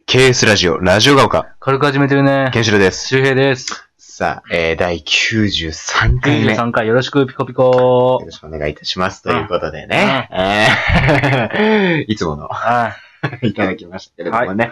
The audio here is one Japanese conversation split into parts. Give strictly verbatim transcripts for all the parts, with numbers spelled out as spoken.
ケーエス ラジオ、ラジオが丘。 軽く始めてるね。 ケンシロウです。 周平です。 さあ、えー、だいきゅうじゅうさんかいめ。 きゅうじゅうさんかいよろしくピコピコ。 よろしくお願いいたします。ということでね。えー、いつものいただきましたけれどもね。はい、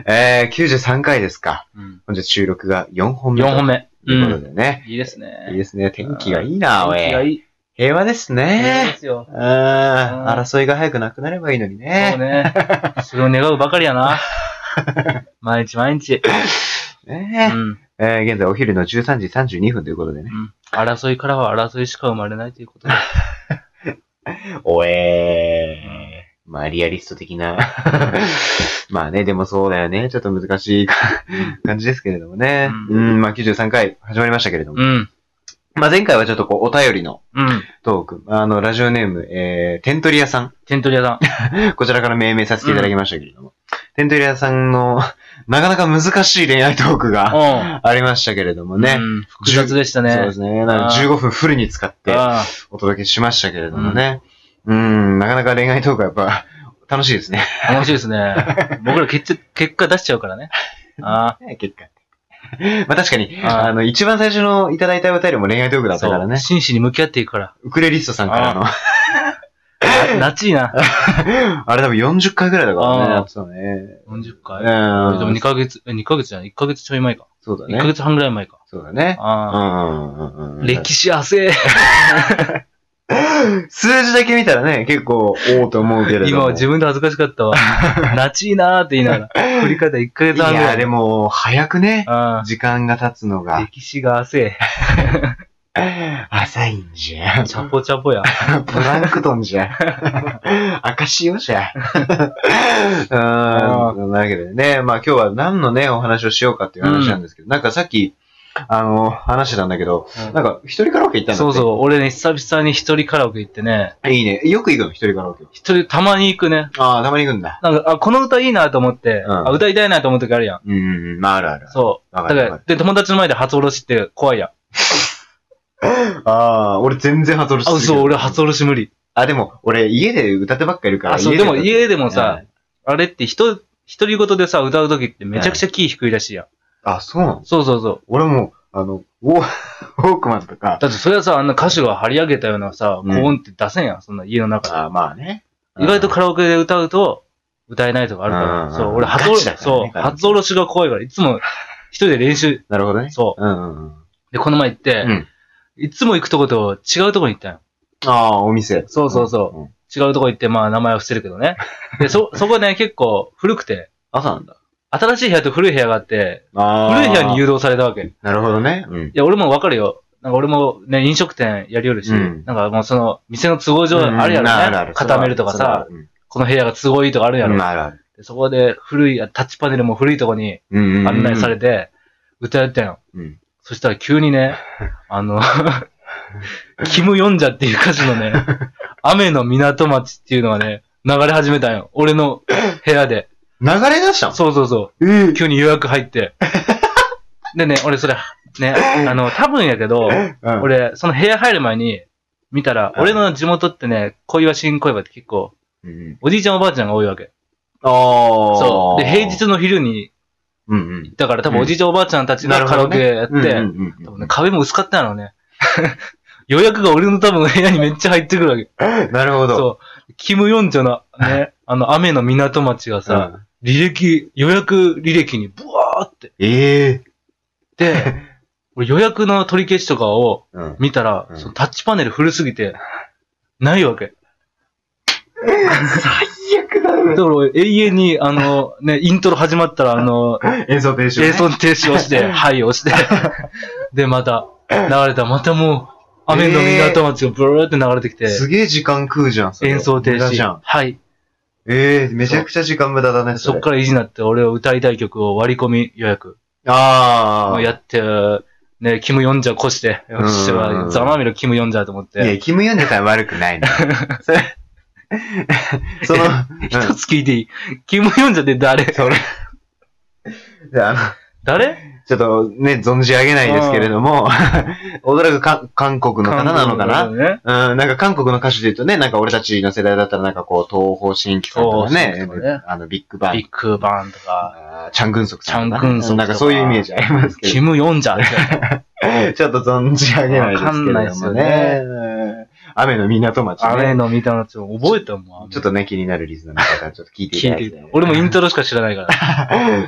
えー、きゅうじゅうさんかいですか。うん、本日収録がよんほんめ。 よんほんめ。 ということでね、 うん。いいですね。 いいですね。天気がいいな、おい。 天気がいい。 平和ですね。 平和ですよ。 うん。争いが早くなくなればいいのにね。 そうね。それを願うばかりやな。毎日毎日。 ねえ、うんえー。現在お昼のじゅうさんじさんじゅうにふんということでね。 うん、争いからは争いしか生まれないということで。 おえー。マリアリスト的な。まあね、でもそうだよね。ちょっと難しい感じですけれどもね。うん、うんまあきゅうじゅうさんかい始まりましたけれども。うんまあ、前回はちょっとこう、お便りのトーク、うん、あの、ラジオネーム、えー、テントリ屋さん。 テントリ屋さん。こちらから命名させていただきましたけれども。うん、テントリ屋さんの、なかなか難しい恋愛トークがありましたけれどもね。うん、 複雑でしたね。 そうですね。じゅうごふんフルに使ってお届けしましたけれどもね。うん、うんなかなか恋愛トークはやっぱ楽しいですね。 楽しいですね。僕ら結結果出しちゃうからね。 あ結果。まあ確かに、あ, あの、一番最初のいただいたお便りも恋愛トークだったからね。 真摯に向き合っていくから。 ウクレリストさんからの。 なちいな。 あれ多分よんじゅっかいぐらいだからね。やってたね。 よんじゅっかいうん。でもにかげつ、にかげつじゃない、いっかげつちょい前か。 そうだね。 いっかげつはんぐらい前か。 そうだね。 ああ。歴史浅え。 数字だけ見たらね、結構、おおと思うけれども。 今は自分で恥ずかしかったわ。なちいなーって言いながら。振り方いっかげつはんぐらい。 いや、でも、早くね、時間が経つのが。 歴史が浅え。 浅いんじゃ。 チャポチャポや。 プランクトンじゃ。赤潮じゃ。うん。なわけでね、まあ今日は何のね、お話をしようかっていう話なんですけど、うん、なんかさっき、あの、話してたんだけど、うん、なんか、一人カラオケ行ったんだって。 そうそう、俺ね、久々に一人カラオケ行ってね。 いいね。よく行くの、一人カラオケ。 一人、たまに行くね。 ああ、たまに行くんだ。 なんか、あ、この歌いいなと思って、うん、あ、歌いたいなと思う時あるやん。 うん、うん、まああるある。 そう。だから、で、友達の前で初おろしって怖いやん。 ああ、俺全然初おろしする。 あ、そう、俺初おろし無理。 あ、でも、俺家で歌ってばっかいるから。 あ、そう、でも家でもさ、あれって人、一人ごとでさ、歌う時ってめちゃくちゃキー低いらしいやん。 あ、そうなの？ そうそうそう。 俺も、あの、ウォークマンとか。 だってそれはさ、あんな歌手が張り上げたようなさ、高音って出せんやん、そんな家の中で。 ああ、まあね。 意外とカラオケで歌うと、歌えないとかあるから。そう、俺初おろし、そう、初おろしが怖いから、いつも一人で練習。 なるほどね。 そう。うんうん。で、この前行って、いつも行くとこと違うとこに行ったよ。 ああ、お店。 そうそうそう。違うとこ行って、まあ名前は伏せるけどね。で、そ、そこね、結構古くて。 あ、そうなんだ。 新しい部屋と古い部屋があって、古い部屋に誘導されたわけ。 なるほどね。うん、 いや、俺もわかるよ。なんか俺もね、飲食店やりよるし、うん、なんかもうその、店の都合上あるやろね。うん、あるある固めるとかさ、うん、この部屋が都合いいとかあるやろ。 うん、あるある。 でそこで古い、タッチパネルも古いとこに案内されて、歌ったよ。うん、そしたら急にね、あの、キム・ヨンジャっていう歌手のね、雨の港町っていうのがね、流れ始めたんよ。俺の部屋で。 流れ出したの？ そうそうそう。えー、急に予約入って。でね、俺それ、ね、あの、多分やけど、うん、俺、その部屋入る前に見たら、うん、俺の地元ってね、小岩新小岩って結構、うん、おじいちゃんおばあちゃんが多いわけ。 ああ。 そう。で、平日の昼に、うんうん。だから多分おじいちゃんおばあちゃんたちがカラオケやって、多分ね、壁も薄かったんやろうね。予約が俺の多分部屋にめっちゃ入ってくるわけ。 なるほど。 そう。キム・ヨンジャのね、あの、雨の港町がさ、うん履歴、予約履歴にブワーって。 ええー。で、俺予約の取り消しとかを見たら、うん、そのタッチパネル古すぎて、ないわけ。 最悪だね。 だから俺永遠に、あの、ね、イントロ始まったら、あの、 演奏停止、ね。 演奏停止をして、はい押して、で、また、流れた、またもう、雨の港町がブルーって流れてきて。 すげえ時間食うじゃん、 それ演奏停止。 じゃん。 はい。 ええー、めちゃくちゃ時間無駄だね。 そっから意地になって、俺を歌いたい曲を割り込み予約。 ああ。 やって、ね、キム・ヨンジャ越して、よっしゃ、ざまみろキム・ヨンジャと思って。 いや、キム・ヨンジャさん悪くないの。それ、その、 一つ聞いていい、キム・ヨンジャって誰？ それ。で、あの、 誰ちょっとね、存じ上げないですけれども、おそらくか韓国の方なのかな、ね、うん、なんか韓国の歌手で言うとね、なんか俺たちの世代だったらなんかこう、東方神起さんとかね、ねあの、ビッグバン。 ビッグバンとか、 チャングンソクさんとか、ね。 チャングンソクとか。 なんかそういうイメージありますけど。 キムヨンジャーちょっと存じ上げないですけれどもね。わかんないですよね。雨の港町、ね。 雨の港町、覚えたもん。 ちょっとね、気になるリスナーの方はちょっと聞いていただきたい。 俺もイントロしか知らないから。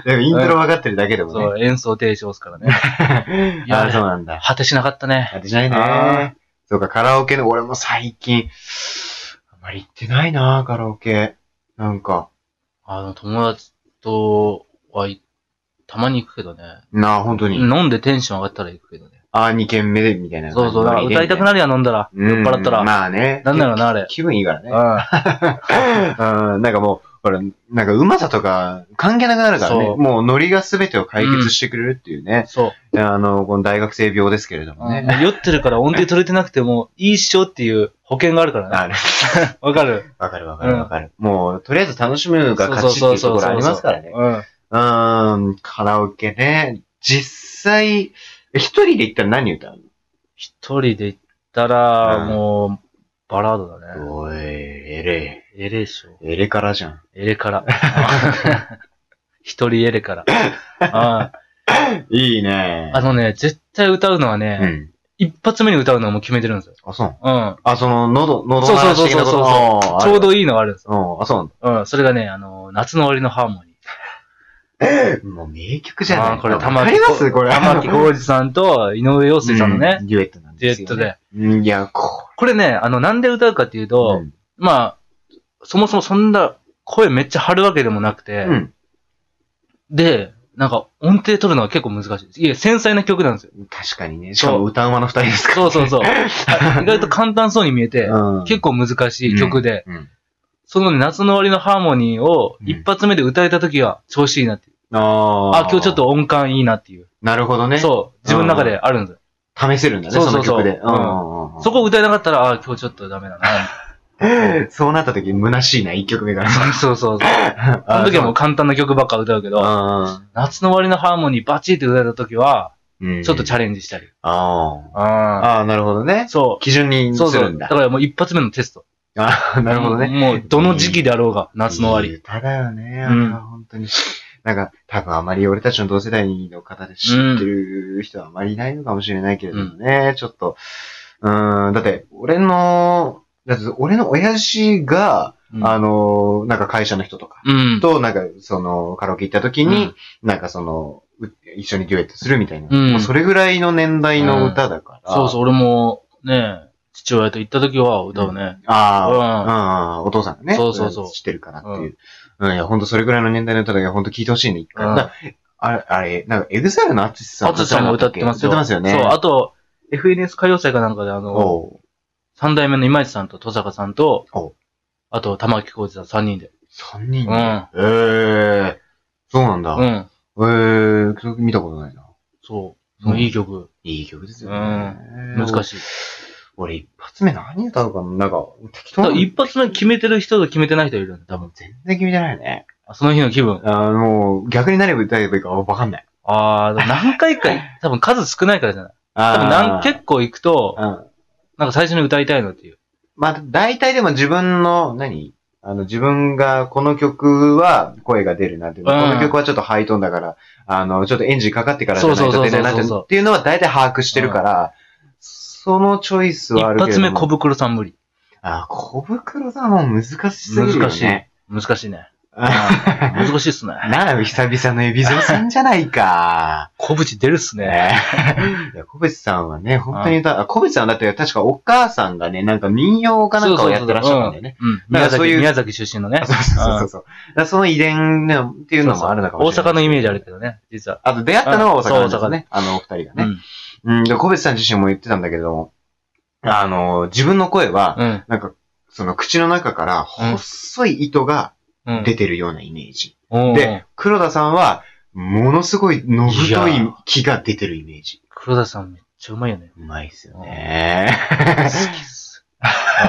でもイントロ分かってるだけでもね。 そう、演奏停止押すからね。 いや、そうなんだ。 果てしなかったね。 果てしないね。そうか、カラオケの、俺も最近、あまり行ってないな、カラオケ。なんか。 あの、友達とは、たまに行くけどね。 なあ、本当に。 飲んでテンション上がったら行くけどね。 ああ、二軒目で、みたいな。 そうそう、だから歌いたくなるやん、飲んだら。酔っ払ったら。 まあね。 なんだろうな、あれ。 気分いいからね。うん。なんかもう、ほら、なんかうまさとか関係なくなるからね。もうノリが全てを解決してくれるっていうね。 そう。 あの、この大学生病ですけれどもね。 酔ってるから音程取れてなくてもいいっしょっていう保険があるからね。 ある。 わかるわかるわかるわかる。もう、とりあえず楽しむが勝ちっていうところありますからね。うん。うん、カラオケね。実際、一人で行ったら何歌うの？ 一人で行ったら、もう、バラードだね。 おい、エレ。 エレでしょ。 エレからじゃん。 エレから。一人エレから。あいいね。 あのね、絶対歌うのはね、うん、一発目に歌うのはもう決めてるんですよ。 あ、そう。 うん。 あ、その、喉、喉そうそうそうそうそう。ちょうどいいのがあるんですよ。うん。あ、そうなんだ。うん。それがね、あの、夏の終わりのハーモニー。 もう名曲じゃない。 あこれ、玉木、 玉木浩二さんと井上陽水さんのね、 うん、デュエットなんですよ、ね。 デュエットで。 いや、ここれね、あの、なんで歌うかっていうと、うん、まあ、そもそもそんな声めっちゃ張るわけでもなくて、うん、で、なんか音程取るのは結構難しいです。いや、繊細な曲なんですよ。 確かにね。しかも歌うまの二人ですから、 ね。そうそうそう。意外と簡単そうに見えて、うん、結構難しい曲で、うんうん、その、ね、夏の終わりのハーモニーを一発目で歌えた時は調子いいなっていう。ああ、今日ちょっと音感いいなっていう。 なるほどね。 そう。自分の中であるんですよ。 試せるんだね、 そうそうそう。 その曲で。 うん、そこ歌えなかったら、ああ、今日ちょっとダメだな。 そうなった時、虚しいな、一曲目から。 そうそうそう。あの時はもう簡単な曲ばっか歌うけど、夏の終わりのハーモニーバチって歌えた時は、ちょっとチャレンジしたり。 ああ。あ、なるほどね。 そう。 基準にするんだ。そうそう。 だからもう一発目のテスト。 ああ、なるほどね。 もう、どの時期であろうが、夏の終わり。 歌だよね、うん、本当に。なんか、多分あまり俺たちの同世代の方で知ってる人はあまりいないのかもしれないけれどもね、うん、ちょっと、うーん、だって、俺の、だって俺の親父が、うん、あの、なんか会社の人とか、うん、と、なんか、その、カラオケ行った時に、うん、なんかその、一緒にデュエットするみたいな、うん、もうそれぐらいの年代の歌だから。 うん、そうそう、俺も、ね、父親と行った時は歌うね。うん、 ああ、うん、お父さんがね。 そうそうそう。 知ってるからっていう。うんうん、いや、ほんとそれぐらいの年代の歌だけど、ほんと聴いてほしいね、一回。うん、あれ、あれ、なんか、エグザイルのアツシさん。 アツシさんも歌ってますよ。 歌ってますよね。 そう、あと、エフエヌエス 歌謡祭かなんかで、あの、三代目の今市さんと戸坂さんと、あと、玉木浩二さん三人で。 三人でうん。ええー、そうなんだ。うん。ええー、見たことないな。 そう。うん、いい曲。 いい曲ですよね。 うん。難しい。 俺一発目何歌うかななんか、適当に。一発目決めてる人と決めてない人いるんだ。多分。 全然決めてないね。 その日の気分。 あの、逆に何を歌えばいいかわかんない。 ああ、何回か、多分数少ないからじゃない。多分何、結構行くと、うん、なんか最初に歌いたいのっていう。 まあ、大体でも自分の、何あの、自分がこの曲は声が出るなっていう、うん、この曲はちょっとハイトーンだから、あの、ちょっとエンジンかかってからじゃないと出ないなっていうのは大体把握してるから、そのチョイスはあるけど。 一発目小袋さん無理。 あ、小袋さんも難しすぎるよね。 難しい。難しいね。難しいっすね。 なあ、久々の海老蔵さんじゃないか。 小渕出るっすね。 いや、小渕さんはね、本当に歌、小渕さんだって確かお母さんがね、なんか民謡かなんかをやってらっしゃったんだよね。 うん。宮崎、宮崎出身のね。 そうそうそうそう。だその遺伝っていうのもあるのかもしれない。 大阪のイメージあるけどね、実は。 あと出会ったのは大阪ですね。あのお二人がね。うん。で、小渕さん自身も言ってたんだけれども、あの、自分の声は、なんか、その口の中から細い糸が出てるようなイメージ。うん、で、黒田さんは、ものすごいの太い木が出てるイメージ。 黒田さんめっちゃうまいよね。 うまいっすよね。 好きっす。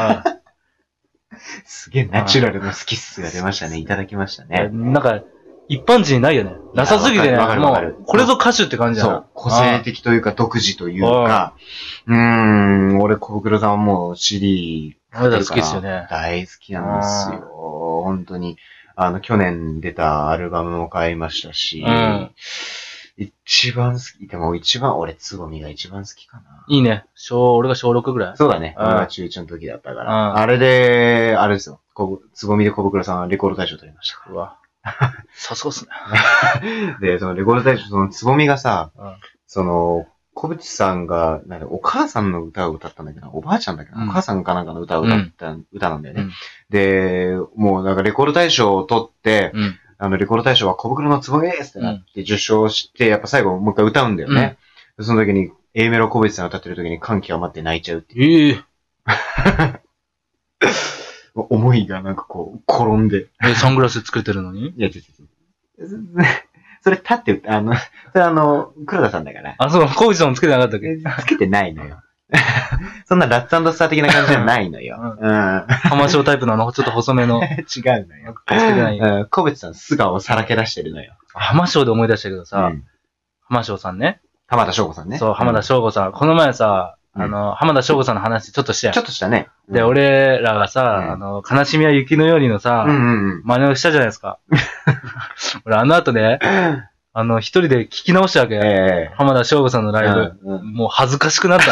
すげえナチュラルの好きっすが出ましたね。いただきましたね。 なんか、 一般人いないよね。なさすぎてね。もう、これぞ歌手って感じだな。 そう。個性的というか、独自というか、うーん、俺、小袋さんはもう シーディー、 まだ好きですよね。 大好きなんですよ。本当に。あの、去年出たアルバムも買いましたし、うん、一番好き、でも一番、俺、つぼみが一番好きかな。 いいね。小、俺が小ろくぐらいそうだね。俺が中いちの時だったから。あれで、あれですよ。つぼみで小袋さんはレコード大賞取りました。 うわ。さすがっすね。で、そのレコード大賞、そのつぼみがさ、うん、その、小渕さんが、なんかお母さんの歌を歌ったんだけど、おばあちゃんだけど、うん、お母さんかなんかの歌を歌った、うん、歌なんだよね。うん、で、もうなんかレコード大賞を取って、うん、あの、レコード大賞は小袋のつぼみですってなって受賞して、やっぱ最後もう一回歌うんだよね。うん、その時に A メロ小渕さん歌ってる時に感極まって泣いちゃうっていう。ええー。思いがなんかこう、転んで。 え、サングラスつけてるのに？ いや、違う違う。それ、立って、あの、それあの、黒田さんだから。 あ、そう、小渕さんもつけてなかったっけ？ つけてないのよ。そんなラッツ&スター的な感じじゃないのよ。うん。 浜章タイプのあの、ちょっと細めの。違うのよ。つけてない。うん。小渕さん素顔をさらけ出してるのよ。 浜章で思い出したけどさ、うん、浜章さんね。 浜田省吾さんね。 そう、浜田省吾さん。この前さ、あの、浜田省吾さんの話ちょっとしたよ。 ちょっとしたね。 で、俺らがさ、あの、悲しみは雪のようにのさ、真似をしたじゃないですか。俺、あの後ね、あの、一人で聞き直したわけ。えー、浜田省吾さんのライブ。うんうん、もう恥ずかしくなった。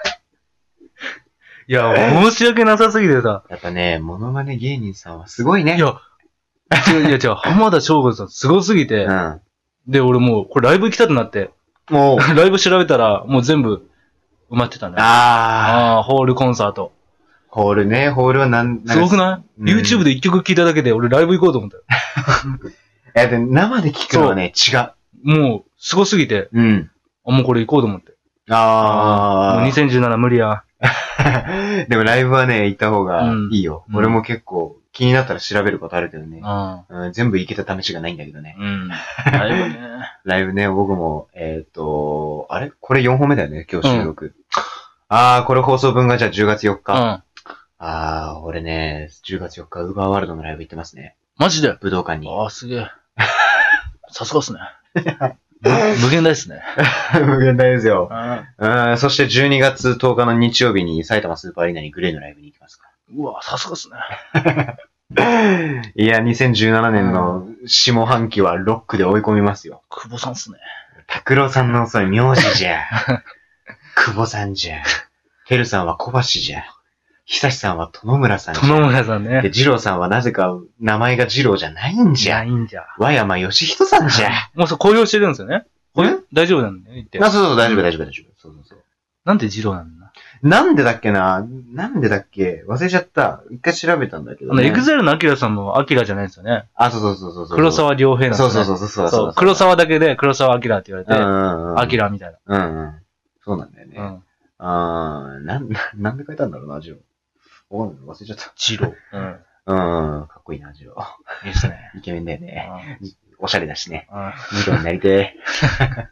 いや、申し訳なさすぎてさ。 やっぱね、モノマネ芸人さんはすごいね。 いや、違う、いや違う、浜田省吾さんすごすぎて。うん、で、俺もう、これライブ行きたくなって。もう、ライブ調べたら、もう全部埋まってたね。ああ。ホールコンサート。 ホールね、ホールはなん、 すごくない、うん、?YouTube で一曲聴いただけで俺ライブ行こうと思ったよ。 いや、で生で聴くのはね、違う。 もう、すごすぎて。うん。あ、もうこれ行こうと思って。 ああ。 もうにせんじゅうなな無理や。 でもライブはね、行った方がいいよ。うん、俺も結構気になったら調べることあるけどね。うん、全部行けた試しがないんだけどね。うん。ライブね。ライブね、僕も、えっ、ー、と、あれこれよんほんめだよね、今日収録。うん、ああ、これ放送分がじゃあじゅうがつよっか。うん。ああ、俺ね、じゅうがつよっか、ウーバーワールドのライブ行ってますね。 マジで武道館に。 ああ、すげえ。さすがっすね。無限大っすね。 無限大ですよ。うん。そしてじゅうにがつとおかの日曜日に埼玉スーパーアリーナにグレーのライブに行きますから。うわ、さすがっすね。 いや、にせんじゅうななねんの下半期はロックで追い込みますよ。 久保さんっすね。 拓郎さんのそれ名字じゃ。久保さんじゃ。てるさんは小橋じゃ。久志さんは友村さんじゃ。 友村さんね。 で、二郎さんはなぜか名前が二郎じゃないんじゃ。 ないんじゃ。 和山義人さんじゃ。 もうそう公表してるんですよね。これ大丈夫なんだよ、言って。 あ、そうそう、大丈夫、大丈夫、大丈夫。そうそうそう。 なんで二郎なんだなんでだっけななんでだっけ忘れちゃった。一回調べたんだけど、ね。 あの、エグザイルのアキラさんもアキラじゃないんですよね。 あ、そうそうそうそうそう。 黒沢良平なんですよね。 そうそうそうそうそう。黒沢だけで黒沢アキラって言われて、アキラみたいな。うんうん。そうなんだよね。うん。あー、なん、なんで書いたんだろうな、ジロー。忘れちゃった。 ジロー。うん。 うん、かっこいいな、ジロー。いいっすね。 イケメンだよね。おしゃれだしね。ジローになりてー。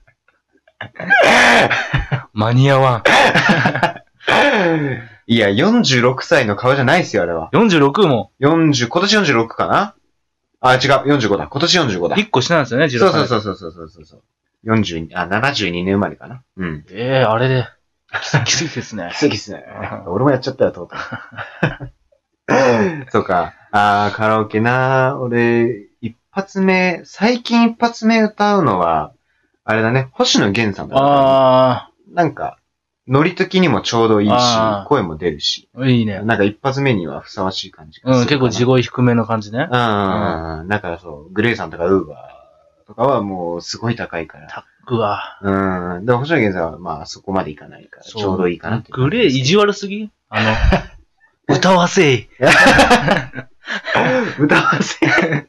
間に合わん。 いや、よんじゅうろくさいの顔じゃないっすよ、あれは。 よんじゅうろくも。 よんじゅう、今年よんじゅうろくかなあ、違う、よんじゅうごだ。今年よんじゅうごだ。 いっこ下なんですよね、ジローさん。 そうそうそうそうそうそう。よんじゅう、あ、ななじゅうにねん生まれかな。うん。 ええー、あれで。奇跡ですね。 奇跡っすね。俺もやっちゃったよ、とうとう。そうか。あー、カラオケなー。俺、一発目、最近一発目歌うのは、あれだね、星野源さんだ、ね。あー。なんか、ノリ的にもちょうどいいし、声も出るし。 いいね。 なんか一発目にはふさわしい感じがする。うん、結構地声低めの感じね。 うん、うん。だからそう、グレイさんとかウーバーとかはもうすごい高いから。 タックは。 うん。で、星野源さんはまあそこまでいかないから、ちょうどいいかなって。 グレイ意地悪すぎあの、歌わせい。 歌わせい。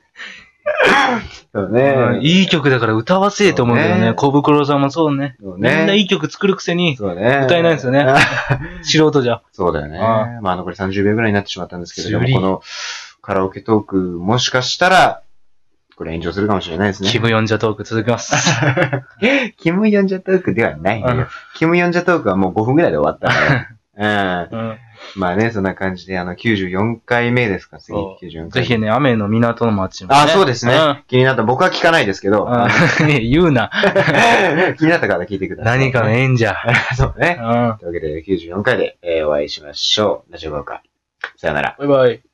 そうね、 いい曲だから歌わせえと思うんだよね。小袋さんもそうね。そうね。みんないい曲作るくせに、歌えないんですよね。素人じゃ。 そうだよね。あまあ残りさんじゅうびょうぐらいになってしまったんですけれども、このカラオケトーク、もしかしたら、これ炎上するかもしれないですね。 キムヨンジャトーク続きます。 キムヨンジャトークではないのよ。キムヨンジャトークはもうごふんぐらいで終わったから。 うん。うん。まあね、そんな感じで、あの、きゅうじゅうよんかいめですか、次。きゅうじゅうよんかいめ。 ぜひね、雨の港の街も、 ね。あ、そうですね、うん。気になった。僕は聞かないですけど。 うん、言うな。 気になったから聞いてください、 ね。何かの縁じゃ。 そうね。うん。というわけで、きゅうじゅうよんかいで、えー、お会いしましょう。ラジオバウカ。さよなら。 バイバイ。